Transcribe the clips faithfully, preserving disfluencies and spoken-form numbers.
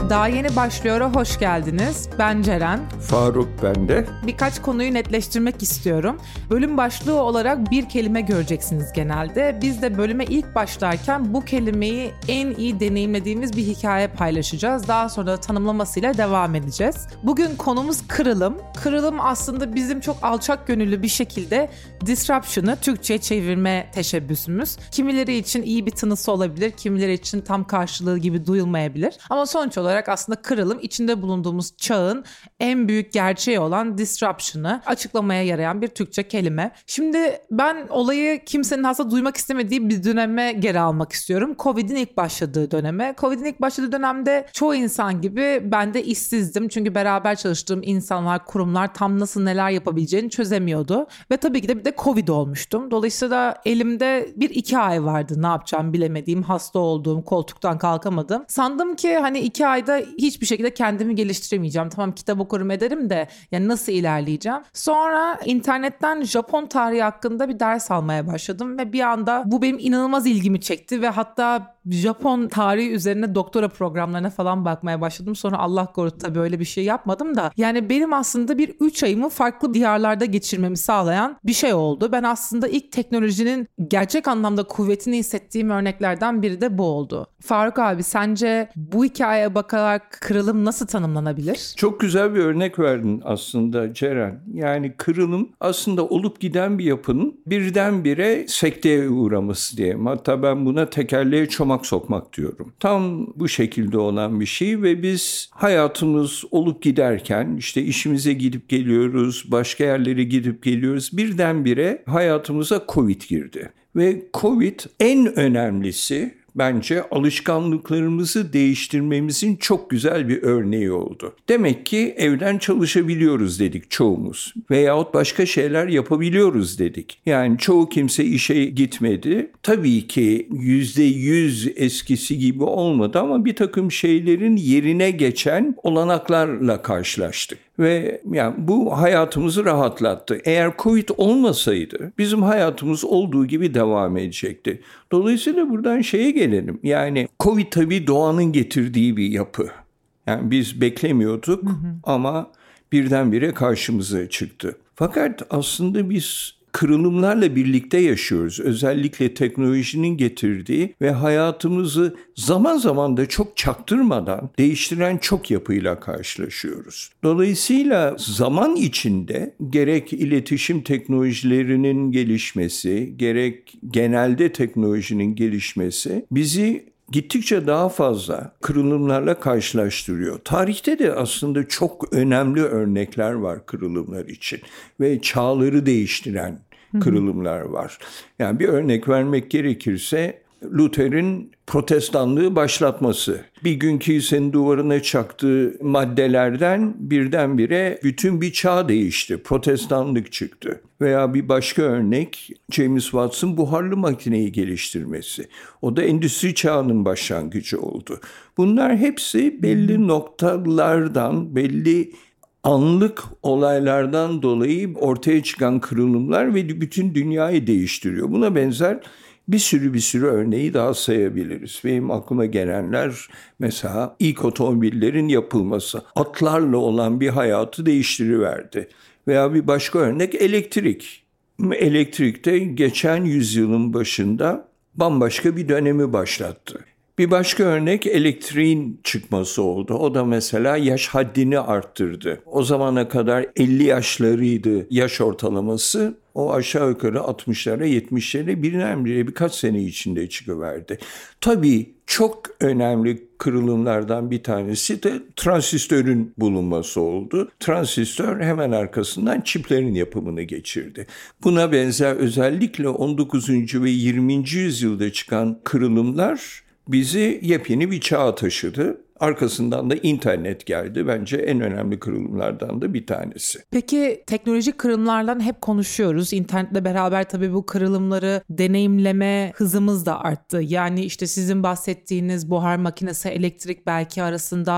Daha yeni başlıyor'a hoş geldiniz. Ben Ceren. Faruk ben de. Birkaç konuyu netleştirmek istiyorum. Bölüm başlığı olarak bir kelime göreceksiniz genelde. Biz de bölüme ilk başlarken bu kelimeyi en iyi deneyimlediğimiz bir hikaye paylaşacağız. Daha sonra da tanımlamasıyla devam edeceğiz. Bugün konumuz kırılım. Kırılım aslında bizim çok alçak gönüllü bir şekilde disruption'ı Türkçe'ye çevirme teşebbüsümüz. Kimileri için iyi bir tınısı olabilir, kimileri için tam karşılığı gibi duyulmayabilir. Ama sonuç olarak aslında kırılım içinde bulunduğumuz çağın en büyük gerçeği olan disruption'ı açıklamaya yarayan bir Türkçe kelime. Şimdi ben olayı kimsenin aslında duymak istemediği bir döneme geri almak istiyorum. Covid'in ilk başladığı döneme. Covid'in ilk başladığı dönemde çoğu insan gibi ben de işsizdim. Çünkü beraber çalıştığım insanlar, kurumlar tam nasıl neler yapabileceğini çözemiyordu. Ve tabii ki de bir de Covid olmuştum. Dolayısıyla elimde bir iki ay vardı ne yapacağım bilemediğim, hasta olduğum, koltuktan kalkamadım. Sandım ki hani iki ayda hiçbir şekilde kendimi geliştiremeyeceğim. Tamam kitap okurum ederim de yani nasıl ilerleyeceğim? Sonra internetten Japon tarihi hakkında bir ders almaya başladım ve bir anda bu benim inanılmaz ilgimi çekti ve hatta Japon tarihi üzerine doktora programlarına falan bakmaya başladım. Sonra Allah korudu tabii öyle bir şey yapmadım da. Yani benim aslında bir üç ayımı farklı diyarlarda geçirmemi sağlayan bir şey oldu. Ben aslında ilk teknolojinin gerçek anlamda kuvvetini hissettiğim örneklerden biri de bu oldu. Faruk abi sence bu hikayeye bakarak kırılım nasıl tanımlanabilir? Çok güzel bir örnek verdin aslında Ceren. Yani kırılım aslında olup giden bir yapının birdenbire sekteye uğraması diyeyim. Hatta ben buna tekerleğe çomak sokmak diyorum. Tam bu şekilde olan bir şey ve biz hayatımız olup giderken işte işimize gidip geliyoruz, başka yerlere gidip geliyoruz. Birdenbire hayatımıza Covid girdi. Ve Covid en önemlisi bence alışkanlıklarımızı değiştirmemizin çok güzel bir örneği oldu. Demek ki evden çalışabiliyoruz dedik çoğumuz veyahut başka şeyler yapabiliyoruz dedik. Yani çoğu kimse işe gitmedi. Tabii ki yüzde yüz eskisi gibi olmadı ama bir takım şeylerin yerine geçen olanaklarla karşılaştık. Ve yani bu hayatımızı rahatlattı. Eğer Covid olmasaydı bizim hayatımız olduğu gibi devam edecekti. Dolayısıyla buradan şeye gelelim. Yani Covid tabii doğanın getirdiği bir yapı. Yani biz beklemiyorduk hı hı. ama birdenbire karşımıza çıktı. Fakat aslında biz kırılımlarla birlikte yaşıyoruz. Özellikle teknolojinin getirdiği ve hayatımızı zaman zaman da çok çaktırmadan değiştiren çok yapıyla karşılaşıyoruz. Dolayısıyla zaman içinde gerek iletişim teknolojilerinin gelişmesi, gerek genelde teknolojinin gelişmesi bizi gittikçe daha fazla kırılımlarla karşılaştırıyor. Tarihte de aslında çok önemli örnekler var kırılımlar için ve çağları değiştiren kırılımlar var. Yani bir örnek vermek gerekirse Luther'in protestanlığı başlatması. Bir gün kilisenin duvarına çaktığı maddelerden birdenbire bütün bir çağ değişti. Protestanlık çıktı. Veya bir başka örnek James Watt'ın buharlı makineyi geliştirmesi. O da endüstri çağının başlangıcı oldu. Bunlar hepsi belli noktalardan, belli anlık olaylardan dolayı ortaya çıkan kırılımlar ve bütün dünyayı değiştiriyor. Buna benzer bir sürü bir sürü örneği daha sayabiliriz. Benim aklıma gelenler mesela ilk otomobillerin yapılması, atlarla olan bir hayatı değiştiriverdi. Veya bir başka örnek elektrik. Elektrikte geçen yüzyılın başında bambaşka bir dönemi başlattı. Bir başka örnek elektriğin çıkması oldu. O da mesela yaş haddini arttırdı. O zamana kadar elli yaşlarıydı yaş ortalaması. O aşağı yukarı altmışlara yetmişlere birdenbire birkaç sene içinde çıkıverdi. Tabii çok önemli kırılımlardan bir tanesi de transistörün bulunması oldu. Transistör hemen arkasından çiplerin yapımını geçirdi. Buna benzer özellikle on dokuzuncu ve yirminci yüzyılda çıkan kırılımlar bizi yepyeni bir çağa taşıdı. Arkasından da internet geldi. Bence en önemli kırılımlardan da bir tanesi. Peki teknolojik kırılımlardan hep konuşuyoruz. İnternetle beraber tabii bu kırılımları deneyimleme hızımız da arttı. Yani işte sizin bahsettiğiniz buhar makinesi, elektrik belki arasında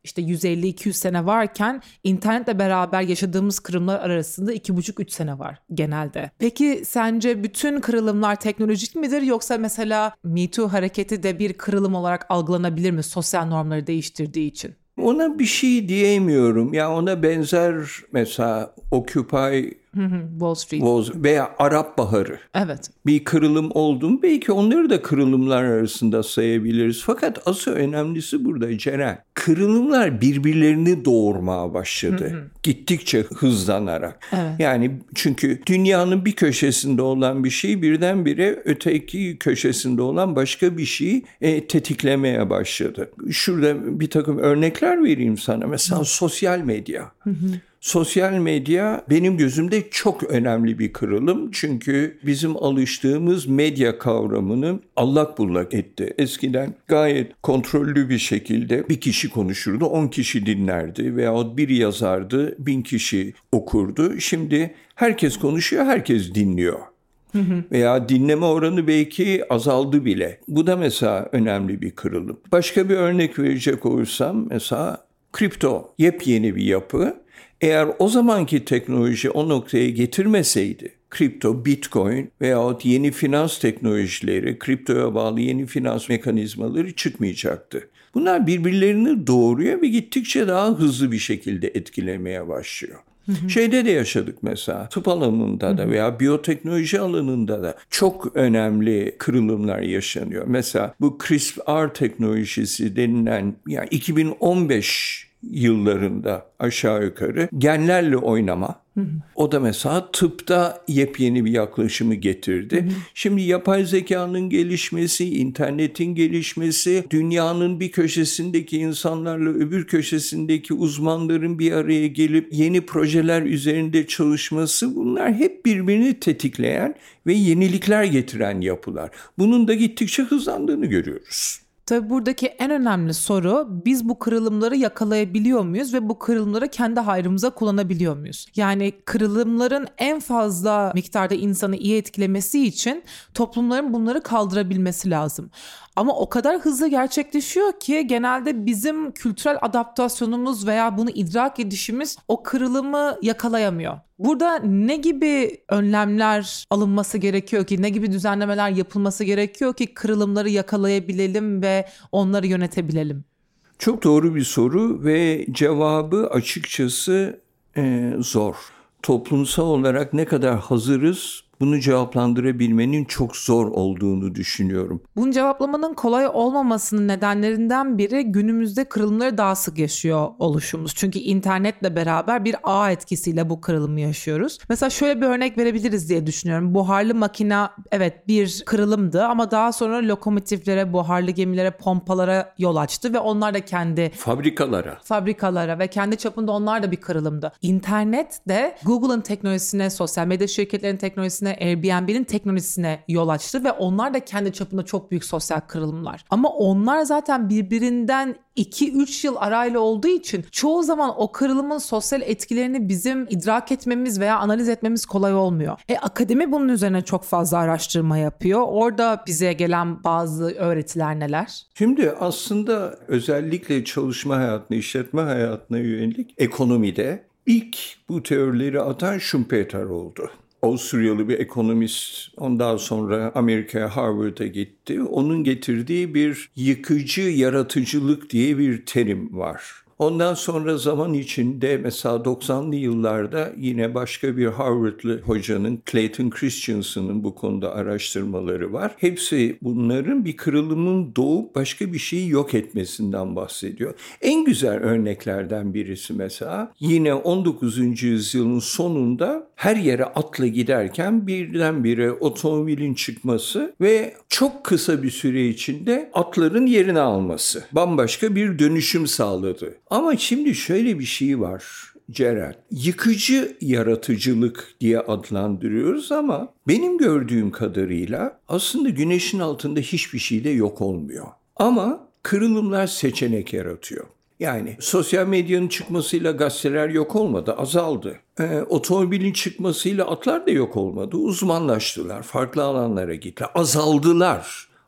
işte yüz elli iki yüz sene varken internetle beraber yaşadığımız kırılımlar arasında iki buçuk üç sene var genelde. Peki sence bütün kırılımlar teknolojik midir yoksa mesela Me Too hareketi de bir kırılım olarak algılanabilir mi sosyal normları değiştirdiği için? Ona bir şey diyemiyorum. Ya ona benzer mesela Occupy Wall Street veya Arap Baharı. Evet. Bir kırılım oldu mu? Belki onları da kırılımlar arasında sayabiliriz. Fakat asıl önemlisi burada Ceren. Kırılımlar birbirlerini doğurmaya başladı. Hı hı. Gittikçe hızlanarak. Evet. Yani çünkü dünyanın bir köşesinde olan bir şey birdenbire öteki köşesinde olan başka bir şeyi e, tetiklemeye başladı. Şurada bir takım örnekler vereyim sana. Mesela hı. sosyal medya. Hı hı. Sosyal medya benim gözümde çok önemli bir kırılım. Çünkü bizim alıştığımız medya kavramını allak bullak etti. Eskiden gayet kontrollü bir şekilde bir kişi konuşurdu, on kişi dinlerdi veyahut biri yazardı, bin kişi okurdu. Şimdi herkes konuşuyor, herkes dinliyor. Hı hı. Veya dinleme oranı belki azaldı bile. Bu da mesela önemli bir kırılım. Başka bir örnek verecek olursam mesela kripto yepyeni bir yapı. Eğer o zamanki teknoloji o noktaya getirmeseydi, kripto, bitcoin veyahut yeni finans teknolojileri, kriptoya bağlı yeni finans mekanizmaları çıkmayacaktı. Bunlar birbirlerini doğuruyor ve gittikçe daha hızlı bir şekilde etkilemeye başlıyor. Hı hı. Şeyde de yaşadık mesela, tıp alanında da veya biyoteknoloji alanında da çok önemli kırılımlar yaşanıyor. Mesela bu CRISPR teknolojisi denilen yani iki bin on beş yıllarında aşağı yukarı genlerle oynama. Hı hı. O da mesela tıpta yepyeni bir yaklaşımı getirdi. Hı hı. Şimdi yapay zekanın gelişmesi, internetin gelişmesi, dünyanın bir köşesindeki insanlarla öbür köşesindeki uzmanların bir araya gelip yeni projeler üzerinde çalışması, bunlar hep birbirini tetikleyen ve yenilikler getiren yapılar. Bunun da gittikçe hızlandığını görüyoruz. Tabii buradaki en önemli soru, biz bu kırılımları yakalayabiliyor muyuz ve bu kırılımları kendi hayrımıza kullanabiliyor muyuz? Yani kırılımların en fazla miktarda insanı iyi etkilemesi için toplumların bunları kaldırabilmesi lazım. Ama o kadar hızlı gerçekleşiyor ki genelde bizim kültürel adaptasyonumuz veya bunu idrak edişimiz o kırılımı yakalayamıyor. Burada ne gibi önlemler alınması gerekiyor ki, ne gibi düzenlemeler yapılması gerekiyor ki kırılımları yakalayabilelim ve onları yönetebilelim? Çok doğru bir soru ve cevabı açıkçası e, zor. Toplumsal olarak ne kadar hazırız, bunu cevaplandırabilmenin çok zor olduğunu düşünüyorum. Bunu cevaplamanın kolay olmamasının nedenlerinden biri günümüzde kırılımları daha sık yaşıyor oluşumuz. Çünkü internetle beraber bir ağ etkisiyle bu kırılımı yaşıyoruz. Mesela şöyle bir örnek verebiliriz diye düşünüyorum. Buharlı makine evet bir kırılımdı ama daha sonra lokomotiflere, buharlı gemilere, pompalara yol açtı ve onlar da kendi fabrikalara. Fabrikalara ve kendi çapında onlar da bir kırılımdı. İnternet de Google'ın teknolojisine, sosyal medya şirketlerinin teknolojisine, Airbnb'nin teknolojisine yol açtı ve onlar da kendi çapında çok büyük sosyal kırılımlar. Ama onlar zaten birbirinden iki üç yıl arayla olduğu için çoğu zaman o kırılımın sosyal etkilerini bizim idrak etmemiz veya analiz etmemiz kolay olmuyor. E, akademi bunun üzerine çok fazla araştırma yapıyor. Orada bize gelen bazı öğretiler neler? Şimdi aslında özellikle çalışma hayatına, işletme hayatına yönelik ekonomide ilk bu teorileri atan Schumpeter oldu. Avusturyalı bir ekonomist, ondan sonra Amerika'ya, Harvard'a gitti. Onun getirdiği bir yıkıcı yaratıcılık diye bir terim var. Ondan sonra zaman içinde mesela doksanlı yıllarda yine başka bir Harvard'lı hocanın, Clayton Christensen'ın bu konuda araştırmaları var. Hepsi bunların bir kırılımın doğup başka bir şeyi yok etmesinden bahsediyor. En güzel örneklerden birisi mesela yine on dokuzuncu yüzyılın sonunda her yere atla giderken birdenbire otomobilin çıkması ve çok kısa bir süre içinde atların yerini alması bambaşka bir dönüşüm sağladı. Ama şimdi şöyle bir şey var Ceren. Yıkıcı yaratıcılık diye adlandırıyoruz ama benim gördüğüm kadarıyla aslında güneşin altında hiçbir şey de yok olmuyor. Ama kırılımlar seçenek yaratıyor. Yani sosyal medyanın çıkmasıyla gazeteler yok olmadı, azaldı. Ee, otomobilin çıkmasıyla atlar da yok olmadı, uzmanlaştılar, farklı alanlara gittiler, azaldılar.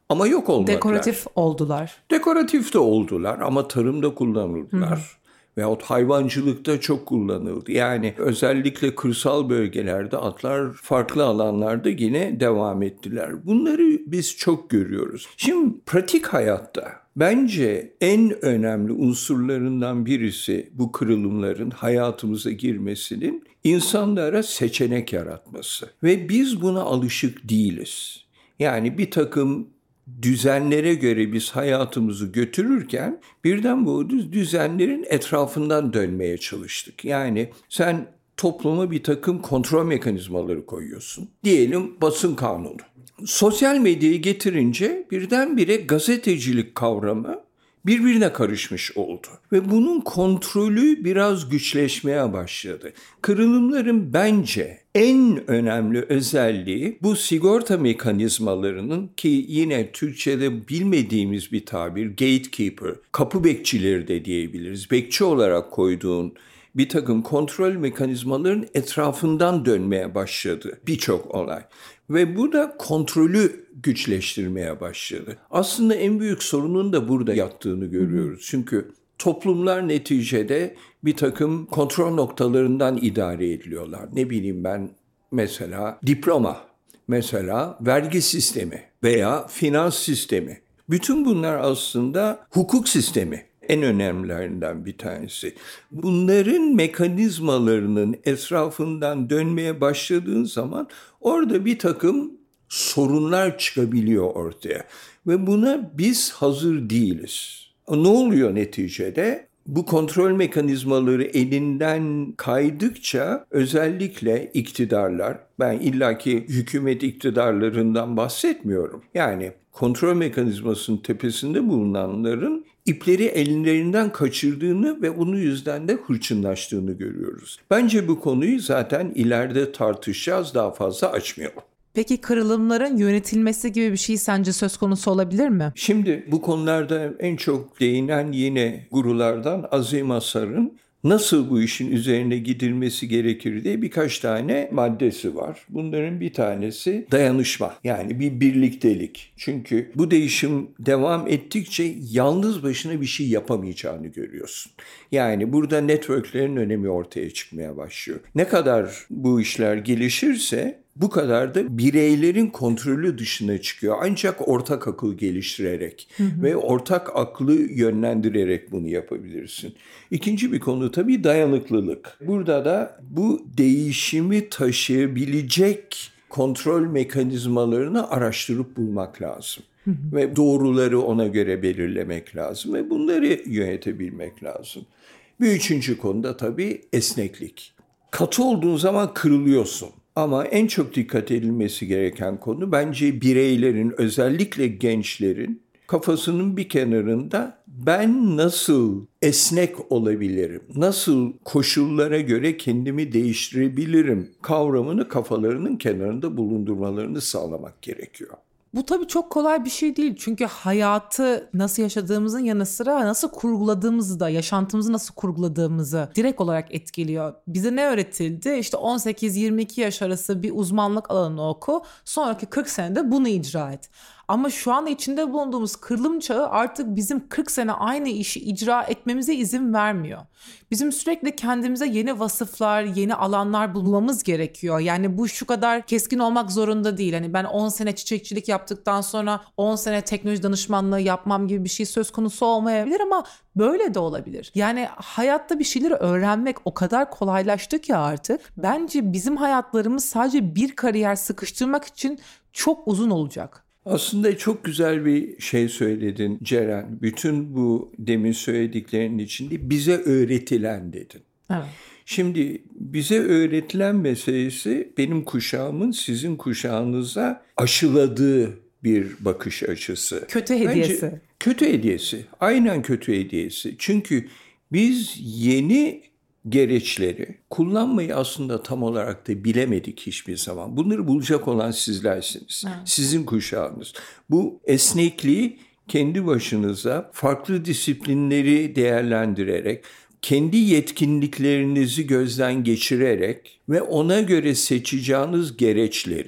Ama yok olmadılar. Dekoratif oldular. Dekoratif de oldular ama tarımda kullanıldılar. Hı. Veyahut hayvancılıkta çok kullanıldı. Yani özellikle kırsal bölgelerde atlar farklı alanlarda yine devam ettiler. Bunları biz çok görüyoruz. Şimdi pratik hayatta bence en önemli unsurlarından birisi bu kırılımların hayatımıza girmesinin insanlara seçenek yaratması. Ve biz buna alışık değiliz. Yani bir takım düzenlere göre biz hayatımızı götürürken birden bu düzenlerin etrafından dönmeye çalıştık. Yani sen topluma bir takım kontrol mekanizmaları koyuyorsun. Diyelim basın kanunu. Sosyal medyayı getirince birdenbire gazetecilik kavramı birbirine karışmış oldu. Ve bunun kontrolü biraz güçleşmeye başladı. Kırılımların bence en önemli özelliği bu sigorta mekanizmalarının, ki yine Türkçe'de bilmediğimiz bir tabir, gatekeeper, kapı bekçileri de diyebiliriz. Bekçi olarak koyduğun bir takım kontrol mekanizmaların etrafından dönmeye başladı birçok olay. Ve bu da kontrolü güçleştirmeye başladı. Aslında en büyük sorunun da burada yattığını görüyoruz. Çünkü toplumlar neticede bir takım kontrol noktalarından idare ediliyorlar. Ne bileyim ben, mesela diploma, mesela vergi sistemi veya finans sistemi. Bütün bunlar aslında hukuk sistemi. En önemlilerinden bir tanesi. Bunların mekanizmalarının etrafından dönmeye başladığın zaman orada bir takım sorunlar çıkabiliyor ortaya. Ve buna biz hazır değiliz. Ne oluyor neticede? Bu kontrol mekanizmaları elinden kaydıkça özellikle iktidarlar, ben illaki hükümet iktidarlarından bahsetmiyorum. Yani kontrol mekanizmasının tepesinde bulunanların ipleri ellerinden kaçırdığını ve bunun yüzden de hırçınlaştığını görüyoruz. Bence bu konuyu zaten ileride tartışacağız, daha fazla açmayalım. Peki kırılımların yönetilmesi gibi bir şey sence söz konusu olabilir mi? Şimdi bu konularda en çok değinen yine gurulardan Azim Asar'ın nasıl bu işin üzerine gidilmesi gerekir diye birkaç tane maddesi var. Bunların bir tanesi dayanışma, yani bir birliktelik. Çünkü bu değişim devam ettikçe yalnız başına bir şey yapamayacağını görüyorsun. Yani burada networklerin önemi ortaya çıkmaya başlıyor. Ne kadar bu işler gelişirse bu kadar da bireylerin kontrolü dışına çıkıyor. Ancak ortak akıl geliştirerek hı hı. ve ortak aklı yönlendirerek bunu yapabilirsin. İkinci bir konu tabii dayanıklılık. Burada da bu değişimi taşıyabilecek kontrol mekanizmalarını araştırıp bulmak lazım. Hı hı. Ve doğruları ona göre belirlemek lazım ve bunları yönetebilmek lazım. Bir üçüncü konuda tabii esneklik. Katı olduğun zaman kırılıyorsun. Ama en çok dikkat edilmesi gereken konu bence bireylerin, özellikle gençlerin kafasının bir kenarında ben nasıl esnek olabilirim, nasıl koşullara göre kendimi değiştirebilirim kavramını kafalarının kenarında bulundurmalarını sağlamak gerekiyor. Bu tabii çok kolay bir şey değil. Çünkü hayatı nasıl yaşadığımızın yanı sıra nasıl kurguladığımızı da, yaşantımızı nasıl kurguladığımızı direkt olarak etkiliyor. Bize ne öğretildi? İşte on sekiz yirmi iki yaş arası bir uzmanlık alanını oku. Sonraki kırk senede bunu icra et. Ama şu anda içinde bulunduğumuz kırılım çağı artık bizim kırk sene aynı işi icra etmemize izin vermiyor. Bizim sürekli kendimize yeni vasıflar, yeni alanlar bulmamız gerekiyor. Yani bu şu kadar keskin olmak zorunda değil. Hani ben on sene çiçekçilik yaptıktan sonra on sene teknoloji danışmanlığı yapmam gibi bir şey söz konusu olmayabilir ama böyle de olabilir. Yani hayatta bir şeyleri öğrenmek o kadar kolaylaştı ki artık. Bence bizim hayatlarımız sadece bir kariyer sıkıştırmak için çok uzun olacak. Aslında çok güzel bir şey söyledin Ceren. Bütün bu demin söylediklerinin içinde bize öğretilen dedin. Evet. Şimdi bize öğretilen meselesi benim kuşağımın sizin kuşağınıza aşıladığı bir bakış açısı. Kötü hediyesi. Bence kötü hediyesi. Aynen kötü hediyesi. Çünkü biz yeni gereçleri kullanmayı aslında tam olarak da bilemedik hiçbir zaman. Bunları bulacak olan sizlersiniz. Evet. Sizin kuşağınız. Bu esnekliği kendi başınıza farklı disiplinleri değerlendirerek, kendi yetkinliklerinizi gözden geçirerek ve ona göre seçeceğiniz gereçleri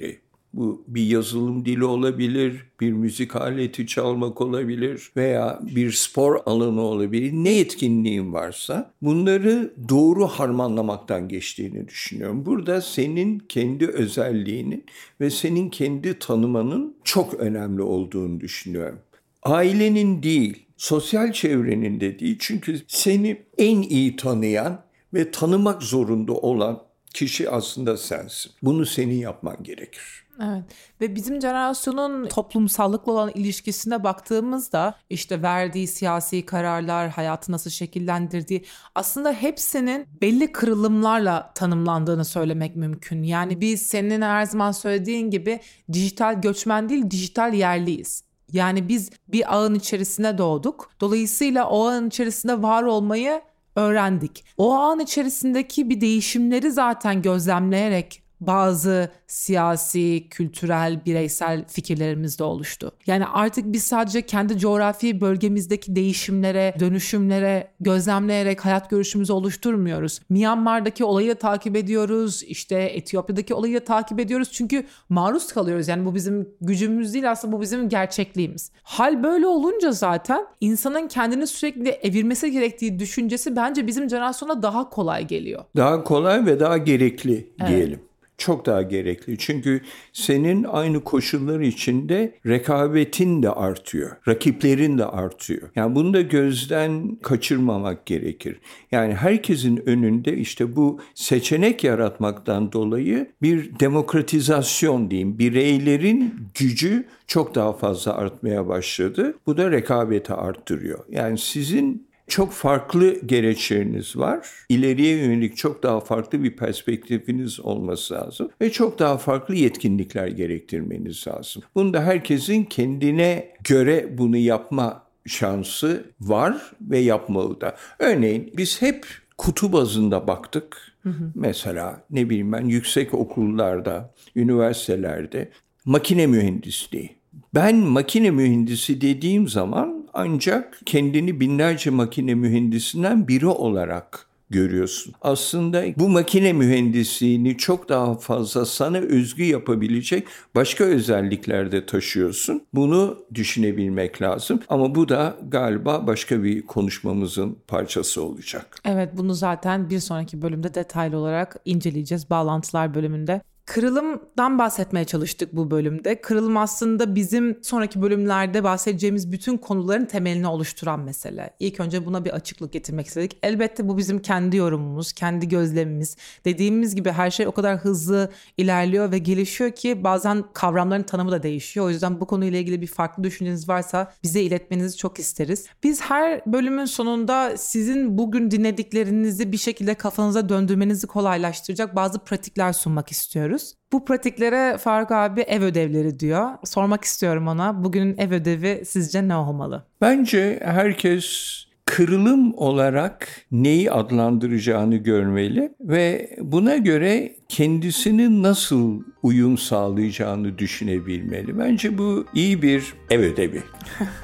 Bu bir yazılım dili olabilir, bir müzik aleti çalmak olabilir veya bir spor alanı olabilir. Ne etkinliğin varsa bunları doğru harmanlamaktan geçtiğini düşünüyorum. Burada senin kendi özelliğinin ve senin kendi tanımanın çok önemli olduğunu düşünüyorum. Ailenin değil, sosyal çevrenin de değil. Çünkü seni en iyi tanıyan ve tanımak zorunda olan kişi aslında sensin. Bunu senin yapman gerekir. Evet ve bizim jenerasyonun toplumsallıkla olan ilişkisine baktığımızda işte verdiği siyasi kararlar, hayatı nasıl şekillendirdiği aslında hepsinin belli kırılımlarla tanımlandığını söylemek mümkün. Yani biz senin her zaman söylediğin gibi dijital göçmen değil, dijital yerliyiz. Yani biz bir ağın içerisine doğduk. Dolayısıyla o ağın içerisinde var olmayı öğrendik. O ağın içerisindeki bir değişimleri zaten gözlemleyerek bazı siyasi, kültürel, bireysel fikirlerimiz de oluştu. Yani artık biz sadece kendi coğrafi bölgemizdeki değişimlere, dönüşümlere gözlemleyerek hayat görüşümüzü oluşturmuyoruz. Myanmar'daki olayı da takip ediyoruz, işte Etiyopya'daki olayı da takip ediyoruz çünkü maruz kalıyoruz. Yani bu bizim gücümüz değil, aslında bu bizim gerçekliğimiz. Hal böyle olunca zaten insanın kendini sürekli evirmesi gerektiği düşüncesi bence bizim jenerasyona daha kolay geliyor. Daha kolay ve daha gerekli diyelim. Evet. Çok daha gerekli. Çünkü senin aynı koşullar içinde rekabetin de artıyor. Rakiplerin de artıyor. Yani bunu da gözden kaçırmamak gerekir. Yani herkesin önünde işte bu seçenek yaratmaktan dolayı bir demokratizasyon diyeyim. Bireylerin gücü çok daha fazla artmaya başladı. Bu da rekabeti arttırıyor. Yani sizin çok farklı gereçleriniz var. İleriye yönelik çok daha farklı bir perspektifiniz olması lazım. Ve çok daha farklı yetkinlikler gerektirmeniz lazım. Bunda herkesin kendine göre bunu yapma şansı var ve yapmalı da. Örneğin biz hep kutu bazında baktık. Hı hı. Mesela ne bileyim ben yüksek okullarda, üniversitelerde makine mühendisliği. Ben makine mühendisi dediğim zaman ancak kendini binlerce makine mühendisinden biri olarak görüyorsun. Aslında bu makine mühendisliğini çok daha fazla sana özgü yapabilecek başka özellikler de taşıyorsun. Bunu düşünebilmek lazım. Ama bu da galiba başka bir konuşmamızın parçası olacak. Evet, bunu zaten bir sonraki bölümde detaylı olarak inceleyeceğiz, bağlantılar bölümünde. Kırılımdan bahsetmeye çalıştık bu bölümde. Kırılım aslında bizim sonraki bölümlerde bahsedeceğimiz bütün konuların temelini oluşturan mesele. İlk önce buna bir açıklık getirmek istedik. Elbette bu bizim kendi yorumumuz, kendi gözlemimiz. Dediğimiz gibi her şey o kadar hızlı ilerliyor ve gelişiyor ki bazen kavramların tanımı da değişiyor. O yüzden bu konuyla ilgili bir farklı düşünceniz varsa bize iletmenizi çok isteriz. Biz her bölümün sonunda sizin bugün dinlediklerinizi bir şekilde kafanıza döndürmenizi kolaylaştıracak bazı pratikler sunmak istiyoruz. Bu pratiklere Faruk abi ev ödevleri diyor. Sormak istiyorum ona, bugünün ev ödevi sizce ne olmalı? Bence herkes kırılım olarak neyi adlandıracağını görmeli ve buna göre kendisini nasıl uyum sağlayacağını düşünebilmeli. Bence bu iyi bir ev ödevi.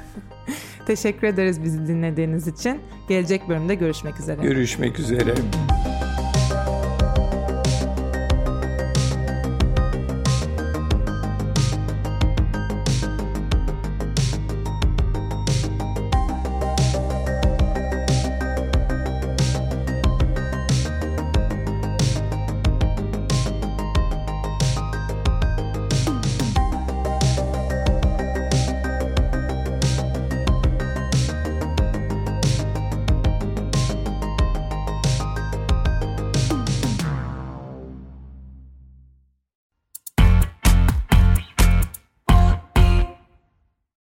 Teşekkür ederiz bizi dinlediğiniz için. Gelecek bölümde görüşmek üzere. Görüşmek üzere.